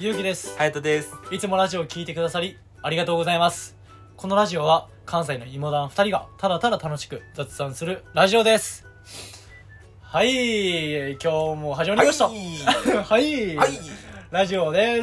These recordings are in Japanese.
ゆうきです。 はやとです。 いつもラジオを聞いてくださりありがとうございます。このラジオは関西の芋団2人がただただ楽しく雑談するラジオです。はい、今日も始まりました。はい、 はい。 ラジオです。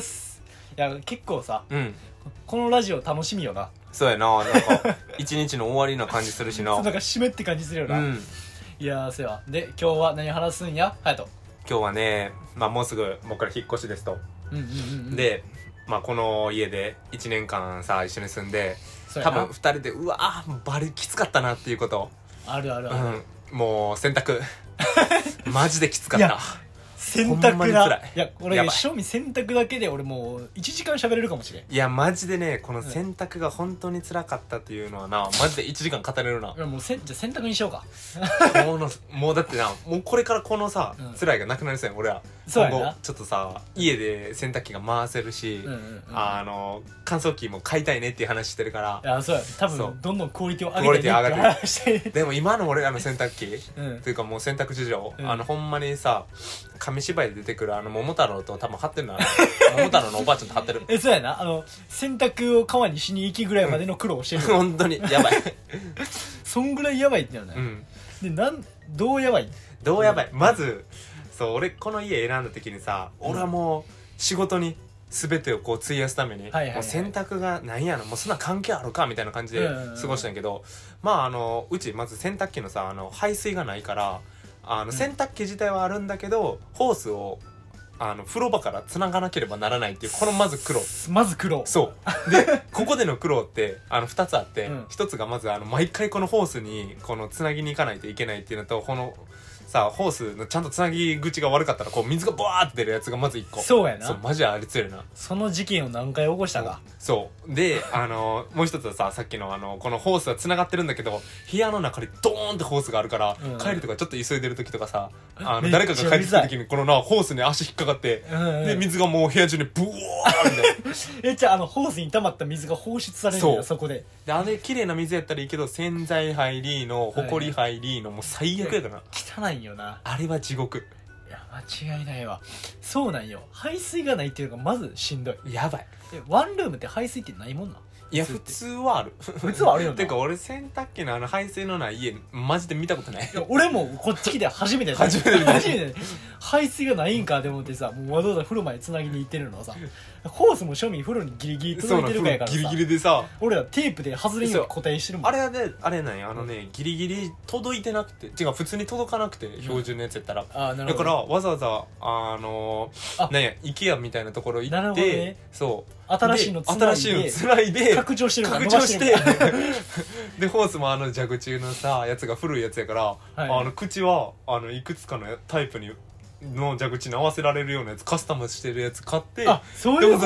いや結構さ、このラジオ楽しみよな。 そうやな、なんか一日の終わりな感じするしな。 なんか締めって感じするよな。いやそうや。で今日は何話すんや、はやと。 今日はね、もうすぐ僕から引っ越しですと。で、この家で1年間さ一緒に住んで、多分2人でうわバリきつかったなっていうことある。 もう洗濯マジできつかった。 洗濯な。 いや俺正味洗濯だけで俺もう1時間喋れるかもしれん。 いやマジでね、この洗濯が本当に辛かったっていうのはな、マジで1時間語れるな。 いやもうじゃあ洗濯にしようか。 もうだってな、もうこれからこのさ、辛いがなくなりそうやん俺は。 そうやな。 今後ちょっとさ家で洗濯機が回せるし、乾燥機も買いたいねっていう話してるから。 いやそうや、多分どんどんクオリティを上げていってる。でも今の俺らの洗濯機、というかもう洗濯事情、ほんまにさ紙芝居で出てくる桃太郎と多分貼ってるの。桃太郎のおばあちゃんと貼ってる。 そうやな、洗濯を川にしに行きぐらいまでの苦労をしてる。 本当にやばい。 そんぐらいやばいってよね。でどうやばいまずそう俺この家選んだ時にさ、俺はもう仕事に全てをこう費やすために、もう洗濯がなんやのもうそんな関係あるかみたいな感じで過ごしたんやけど、うちまず洗濯機のさ排水がないから、洗濯機自体はあるんだけどホースを風呂場から繋がなければならないっていう、このまず苦労。そうでここでの苦労って2つあって、1つがまず毎回このホースにこの繋ぎに行かないといけないっていうのと、このさホースのちゃんとつなぎ口が悪かったらこう水がバーって出るやつがまず1個。 そうやな。 そうマジあれ強いな。 その事件を何回起こしたか。 そうでもう一つはさっきのこのホースはつながってるんだけど部屋の中にドーンってホースがあるから、帰るとかちょっと急いでる時とかさ誰かが帰ってきた時にこのなホースに足引っかかって、で水がもう部屋中にブワーみたいな。 じゃあホースに溜まった水が放出されるんだよ。そこであれ綺麗な水やったらいいけど、洗剤入りのホコリ入りのもう最悪やから汚いよな。 あれは地獄。 いや間違いないわ。そうなんよ、排水がないっていうのがまずしんどい。 やばい。 ワンルームって排水ってないもんな。 いや普通はある。 普通はあるよな。 てか俺洗濯機の排水のない家マジで見たことない。 いや俺もこっち来て初めて排水がないんかって思ってさ、もうわざわざ風呂までつなぎに行ってるのはさ、ホースも庶民風呂にギリギリ届いてるかやからさ、 ギリギリでさ俺らテープで外れに固定してるもん。 あれはね、あれなんや、ギリギリ届いてなくて、違う普通に届かなくて、標準のやつやったら、だからわざわざなんや IKEA みたいなところ行って、そう新しいのつないで拡張してでホースも蛇口のさやつが古いやつやから、口はいくつかのタイプの蛇口に合わせられるようなやつカスタムしてるやつ買って。 あ、そういうこと。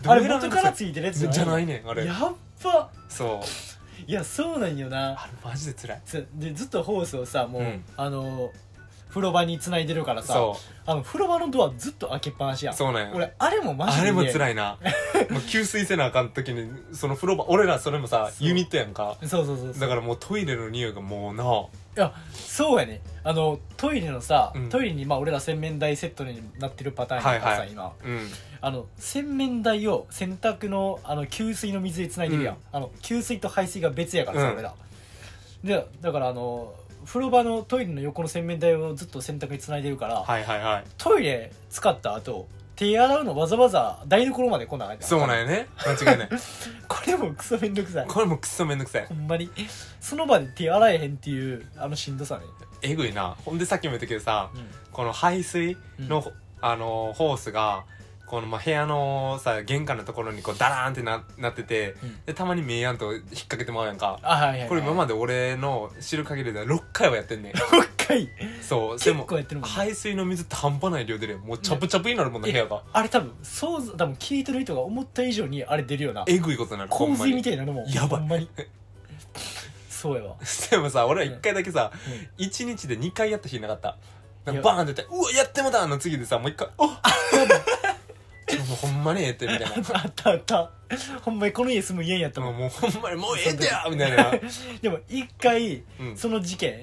あれ元からついてるやつじゃないねんあれ。 やっば。 そういやそうなんよな。 あれマジで辛い。 でずっとホースをさもう、風呂場に繋いでるからさ、風呂場のドアずっと開けっぱなしやん。 そうなんや。 俺あれもマジであれも辛いな。もう給水せなあかん時にその風呂場、俺らそれもさユニットやんか。 そうだからもうトイレの匂いがもうな。 いやそうやね。トイレのさ、トイレに俺ら洗面台セットになってるパターンやからさ、今洗面台を洗濯の給水の水で繋いでるやん。給水と排水が別やからさ、俺らで。だから風呂場のトイレの横の洗面台をずっと洗濯に繋いでるから、トイレ使った後手洗うのわざわざ台所まで来ない。 そうなんやね、間違いない。 これもクソめんどくさい。ほんまにその場で手洗えへんっていうしんどさね。 えぐいな。ほんでさっきも言ったけどさ、この排水の、ホースがこの部屋のさ玄関のところにこうダラーンってなってて、でたまに目やんと引っ掛けてまうやんか。これ今まで俺の知る限りでは6回はやってんねん。 6回。 そう結構やってるもんね。 排水の水って半端ない量出るよ。もうチャプチャプになるもんな部屋が。 あれ多分聞いてる人が思った以上にあれ出るよな。 えぐいことになる。 洪水みたいなのもやばい。 ほんまにそうやわ。 でもさ俺は1回だけさ、1日で2回やった日なかった。バーンって言ってうわやってもたの次でさもう1回もうほんまにええってみたいな。 あったほんまにこの家住む家やったもん。 もうほんまにもうええってやみたいな。 でも一回、その事件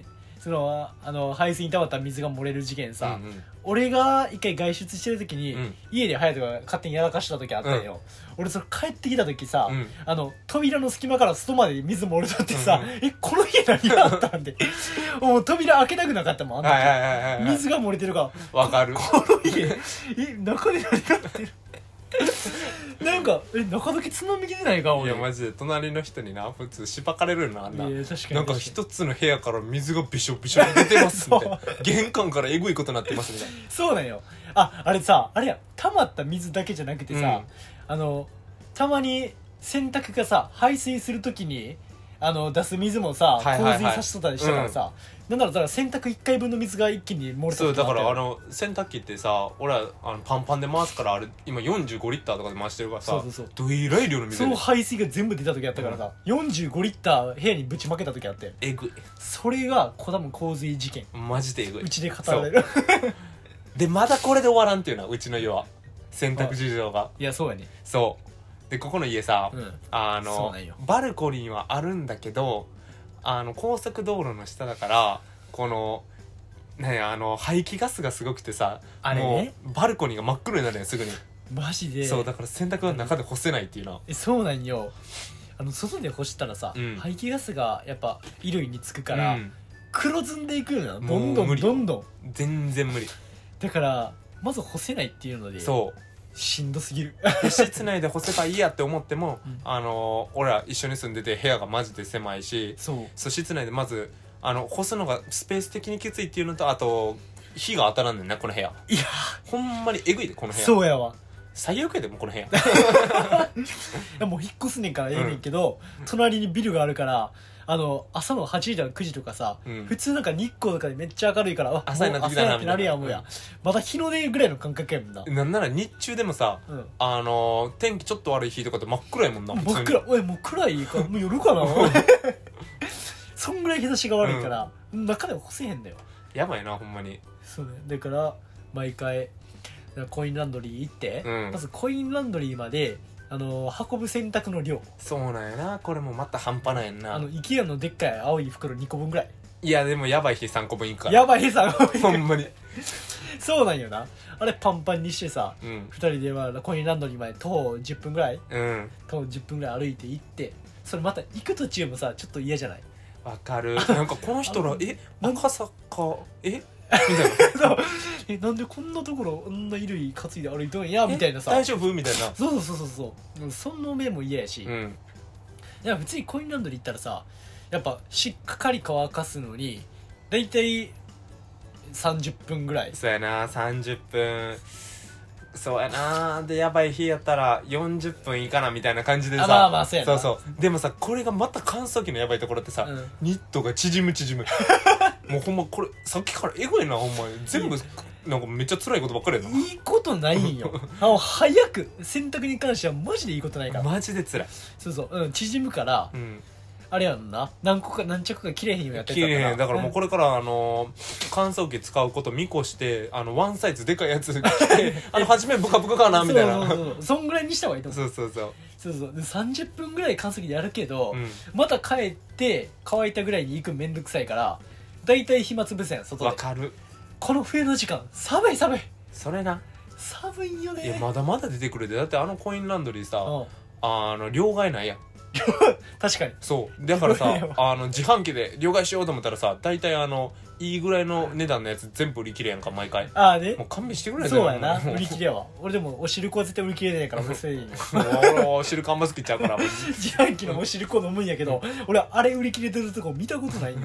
その排水に溜まった水が漏れる事件さ、 うんうん、 俺が一回外出してる時に、 うん、 家で隼人が勝手にやらかした時あったんよ、俺それ帰ってきた時さ、扉の隙間から外まで水漏れとってさ、この家何があったんでもう扉開けたくなかったもん、あの時、水が漏れてるからわかる。 この家中で何があってるなんか中時津波来てないか俺。 いやマジで隣の人にな普通しばかれるよな、あんな。 いや確かになんか一つの部屋から水がびしょびしょに出てますみたいな玄関からえぐいことになってますみたいな。 そうなんよ。あれさ、あれや溜まった水だけじゃなくてさ、たまに洗濯がさ排水するときに出す水もさ、洪水さしとったりしたからさ、なんだろう、だから洗濯1回分の水が一気に漏れた。 そうだから洗濯機ってさ、俺はパンパンで回すから、あれ今45リッターとかで回してるからさ、 そうどえらい量の水その排水が全部出た時あったからさ、45リッター部屋にぶちまけた時あって、 えぐい。 それが多分洪水事件、 マジでえぐい。 うちで語られるでまだこれで終わらんっていうな、うちの家は洗濯事情が。 いやそうやね。 そうでここの家さ、 そうなんよ。 バルコニーはあるんだけど、高速道路の下だから、この排気ガスがすごくてさ、 あれね、 もうバルコニーが真っ黒になるよすぐに。 マジで。 そうだから洗濯は中で干せないっていうな。 そうなんよ。外で干したらさ、排気ガスがやっぱ衣類につくから、黒ずんでいくよな、どんどんどんどん。 全然無理だからまず干せないっていうので、 そうしんどすぎる室内で干せばいいやって思っても、俺ら一緒に住んでて部屋がマジで狭いし、そう室内でまず干すのがスペース的にきついっていうのと、あと火が当たらんねんなこの部屋。 いやほんまにえぐいでこの部屋。 そうやわ、 最悪やでもこの部屋もう引っ越すねんからええねんけど、隣にビルがあるから朝の8時とか9時とかさ、普通なんか日光とかでめっちゃ明るいから、 朝になってきたなってなるやんもうや、まだ日の出ぐらいの感覚やもんな。 なんなら日中でもさ、天気ちょっと悪い日とかって真っ暗やもんな。 真っ暗。おいもう暗いかもう夜かなそんぐらい日差しが悪いから、中でも干せへんだよ。 やばいなほんまに。 そうね。だから毎回コインランドリー行って、まずコインランドリーまで運ぶ洗濯の量。 そうなんやな、これもまた半端ないやんな。 IKEA のでっかい青い袋2個分ぐらい。 いやでもやばい日3個分いくから。 やばい日3個分ほんまにそうなんよな。あれパンパンにしてさ、2人でコインランドリーまで徒歩10分ぐらい、徒歩10分ぐらい歩いて行って、それまた行く途中もさちょっと嫌じゃない？ わかる。なんかこの人ら赤坂みたいなそうなんでこんなところこんな衣類担いで歩いとんやみたいなさ、 大丈夫みたいな。 そうその目も嫌やし、いや普通にコインランドリー行ったらさ、やっぱしっかり乾かすのにだいたい30分ぐらい。 そうやな30分。そうやな。でやばい日やったら40分いいかなみたいな感じでさ、 まあそうやな。 そうでもさ、これがまた乾燥機のやばいところってさ、ニットが縮むもうほんまこれさっきからエゴいなほんまに。全部なんかめっちゃ辛いことばっかりやな。 いいことないんよ早く洗濯に関してはマジでいいことないから。 マジで辛い。 そう縮むから、あれやんな、何着か切れへんようにやってたから。 切れへん。だからもうこれから乾燥機使うこと見越してワンサイズでかいやつ着て初めブカブカかなみたいな。 そんぐらいにした方がいいと思う。 そうで30分ぐらい乾燥機でやるけど、また帰って乾いたぐらいに行くめんどくさいから、だいたい暇つぶせん外で。 わかる。 この冬の時間寒い。 それな。 寒いよね。 いやまだまだ出てくるで。だってコインランドリーさ、両替ないやん。 確かに。 そうだからさ自販機で両替しようと思ったらさ、大体いいぐらいの値段のやつ全部売り切れやんか毎回。 ね、 もう勘弁してくれ。 そうやな売り切れやわ。俺でもお汁粉は絶対売り切れねえから俺せいよ俺お汁粉あんま好きちゃうから自販機のお汁粉飲むんやけど、俺あれ売り切れてるとこ見たことないよ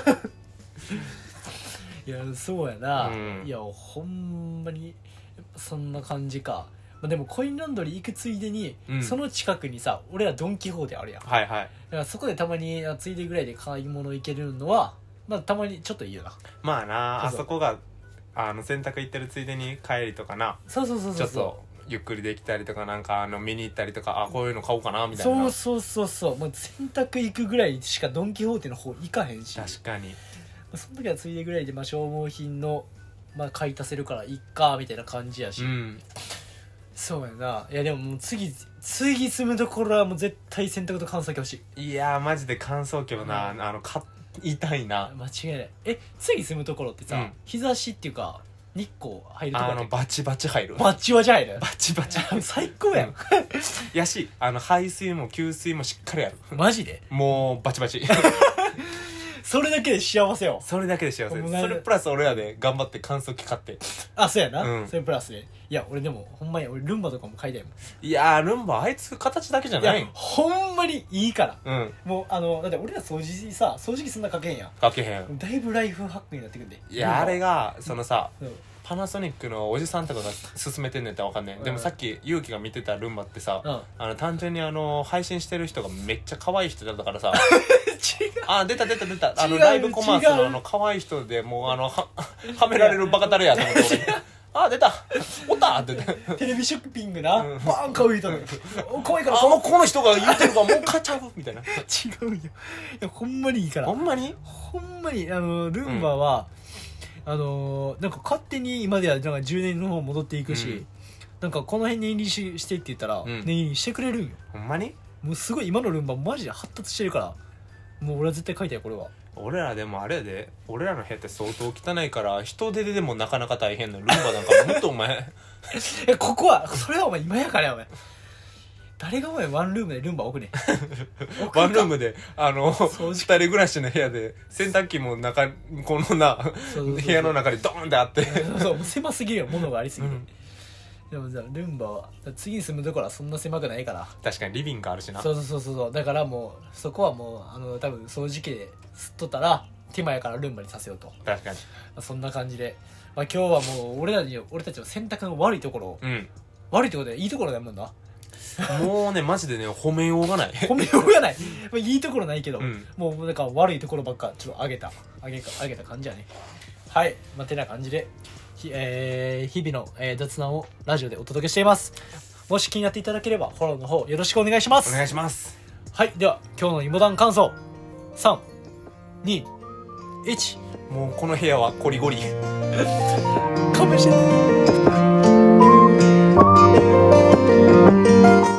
いやそうやな、いやほんまにそんな感じか。でもコインランドリー行くついでに、その近くにさ俺らドン・キホーテあるやん。だからそこでたまについでぐらいで買い物行けるのはたまにちょっといいよな。 まあな、あそこが洗濯行ってるついでに帰りとかな、 そうちょっとゆっくりできたりとか、なんか見に行ったりとか、こういうの買おうかなみたいな。 そう、もう洗濯行くぐらいしかドン・キホーテの方行かへんし。 確かに。 その時はついでぐらいで消耗品の買い足せるからいっかみたいな感じやし、そうやな。いやでももう次住むところはもう絶対洗濯と乾燥機欲しい。 いやマジで乾燥機もな、 痛いな。 間違いない。次住むところってさ、日差しっていうか日光入るところバチバチ入る。 バチバチ入る。 バチバチ最高やん。 やし排水も給水もしっかりある。 マジでもうバチバチ。 それだけで幸せよ。 それだけで幸せ。それプラス俺らで頑張って乾燥機買って。 そうやな、それプラスで。いや俺でもほんまに俺ルンバとかも買いたいもん。 いやルンバあいつ形だけじゃないん。 ほんまにいいから。もうだって俺ら掃除機そんなかけへんやん。 かけへん。 だいぶライフハックになってくんで。 いやあれがそのさ、パナソニックのおじさんとかが勧めてんねんってわかんねん。でもさっき勇気が見てたルンバってさ、単純に配信してる人がめっちゃ可愛い人だったからさ。違う。出たライブコマースの可愛い人でもうはめられるバカタレやと思って俺。出たおったってテレビショッピングな、バーン可愛い人の可愛いからもうこの人が言ってるからもう買っちゃうみたいな。違うよ。いやほんまにいいから。 ほんまにルンバは、なんか勝手に今ではなんか10年の方戻っていくし、なんかこの辺に念入りしてって言ったら念入りしてくれるんよ。 ほんまにもうすごい今のルンバマジで発達してるから、もう俺は絶対買いたいこれは。 俺らでもあれやで、俺らの部屋って相当汚いから人手でもなかなか大変なルンバなんかもっとお前ここはそれはお前今やからやお前。誰がお前ワンルームでルンバ置くねん。 ワンルームで2人暮らしの部屋で洗濯機もこのな部屋の中にドーンってあってそう狭すぎるよ、物がありすぎて。でもさルンバは次に住むところはそんな狭くないから。 確かにリビングあるしな。 そうだからもうそこはもう多分掃除機で吸っとったら手前からルンバにさせようと。 確かにそんな感じで、今日はもう俺たちの選択の悪いところを、悪いところでいいところだもんな。 もうねマジでね褒めようがない。 褒めようがない。いいところないけど、もうなんか悪いところばっかちょっと上げた感じやね。はい、てな感じで日々の、雑談をラジオでお届けしています。もし気になっていただければフォローの方よろしくお願いします。 お願いします。 はい、では今日のイモダン感想3、2、1。 もうこの部屋はゴリゴリ勘弁して。